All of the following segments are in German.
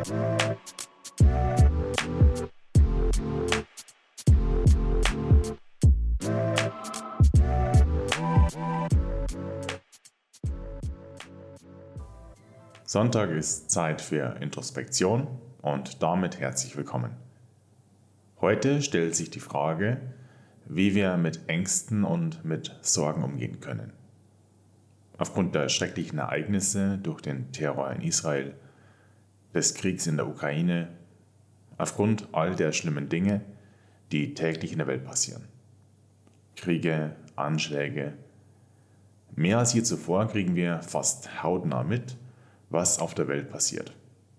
Sonntag ist Zeit für Introspektion und damit herzlich willkommen. Heute stellt sich die Frage, wie wir mit Ängsten und mit Sorgen umgehen können. Aufgrund der schrecklichen Ereignisse durch den Terror in Israel, des Kriegs in der Ukraine, aufgrund all der schlimmen Dinge, die täglich in der Welt passieren. Kriege, Anschläge. Mehr als je zuvor kriegen wir fast hautnah mit, was auf der Welt passiert.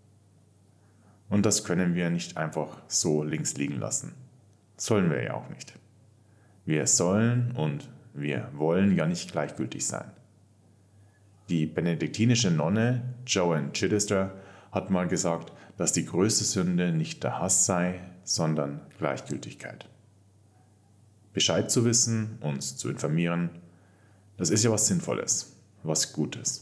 Und das können wir nicht einfach so links liegen lassen. Sollen wir ja auch nicht. Wir sollen und wir wollen ja nicht gleichgültig sein. Die benediktinische Nonne Joan Chittister hat mal gesagt, dass die größte Sünde nicht der Hass sei, sondern Gleichgültigkeit. Bescheid zu wissen, uns zu informieren, das ist ja was Sinnvolles, was Gutes.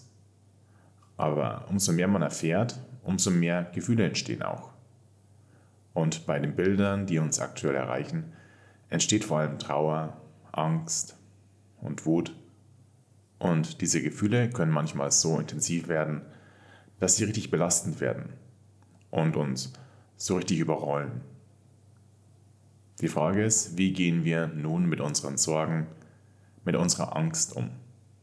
Aber umso mehr man erfährt, umso mehr Gefühle entstehen auch. Und bei den Bildern, die uns aktuell erreichen, entsteht vor allem Trauer, Angst und Wut. Und diese Gefühle können manchmal so intensiv werden, dass sie richtig belastend werden und uns so richtig überrollen. Die Frage ist, wie gehen wir nun mit unseren Sorgen, mit unserer Angst um?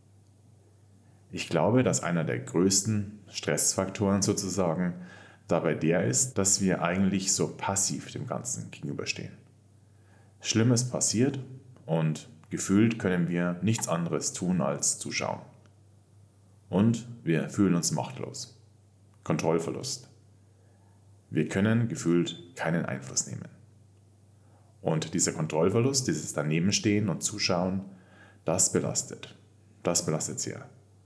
Ich glaube, dass einer der größten Stressfaktoren sozusagen dabei der ist, dass wir eigentlich so passiv dem Ganzen gegenüberstehen. Schlimmes passiert und gefühlt können wir nichts anderes tun als zuschauen. Und wir fühlen uns machtlos. Kontrollverlust. Wir können gefühlt keinen Einfluss nehmen. Und dieser Kontrollverlust, dieses Danebenstehen und Zuschauen, das belastet. Das belastet sehr.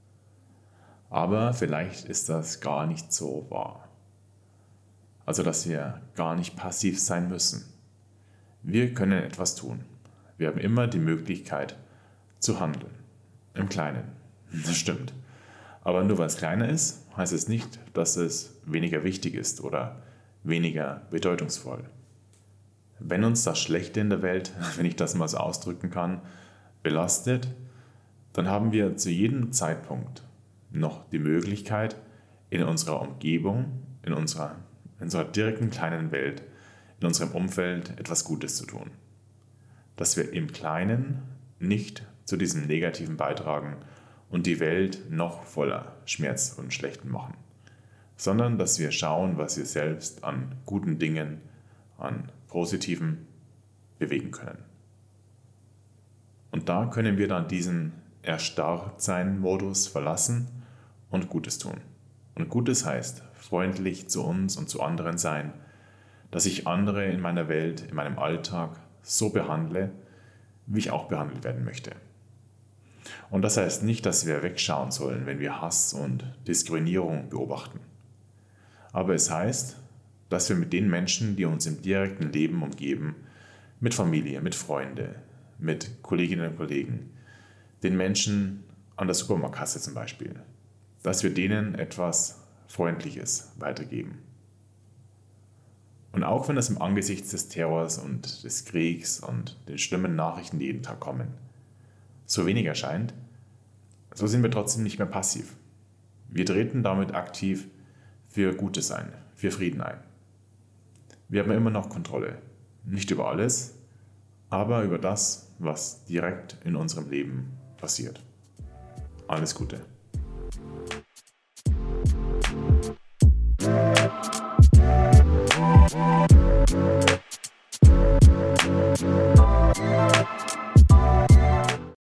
Aber vielleicht ist das gar nicht so wahr. Also, dass wir gar nicht passiv sein müssen. Wir können etwas tun. Wir haben immer die Möglichkeit zu handeln. Im Kleinen. Das stimmt. Aber nur weil es kleiner ist, heißt es nicht, dass es weniger wichtig ist oder weniger bedeutungsvoll. Wenn uns das Schlechte in der Welt, wenn ich das mal so ausdrücken kann, belastet, dann haben wir zu jedem Zeitpunkt noch die Möglichkeit, in unserer Umgebung, in unserer direkten kleinen Welt, in unserem Umfeld etwas Gutes zu tun. Dass wir im Kleinen nicht zu diesem Negativen beitragen und die Welt noch voller Schmerz und Schlechten machen, sondern dass wir schauen, was wir selbst an guten Dingen, an Positiven bewegen können. Und da können wir dann diesen Erstarrt-Sein-Modus verlassen und Gutes tun. Und Gutes heißt, freundlich zu uns und zu anderen sein, dass ich andere in meiner Welt, in meinem Alltag so behandle, wie ich auch behandelt werden möchte. Und das heißt nicht, dass wir wegschauen sollen, wenn wir Hass und Diskriminierung beobachten. Aber es heißt, dass wir mit den Menschen, die uns im direkten Leben umgeben, mit Familie, mit Freunden, mit Kolleginnen und Kollegen, den Menschen an der Supermarktkasse zum Beispiel, dass wir denen etwas Freundliches weitergeben. Und auch wenn es im Angesicht des Terrors und des Kriegs und den schlimmen Nachrichten, die jeden Tag kommen, so wenig erscheint, so sind wir trotzdem nicht mehr passiv. Wir treten damit aktiv für Gutes ein, für Frieden ein. Wir haben immer noch Kontrolle, nicht über alles, aber über das, was direkt in unserem Leben passiert. Alles Gute.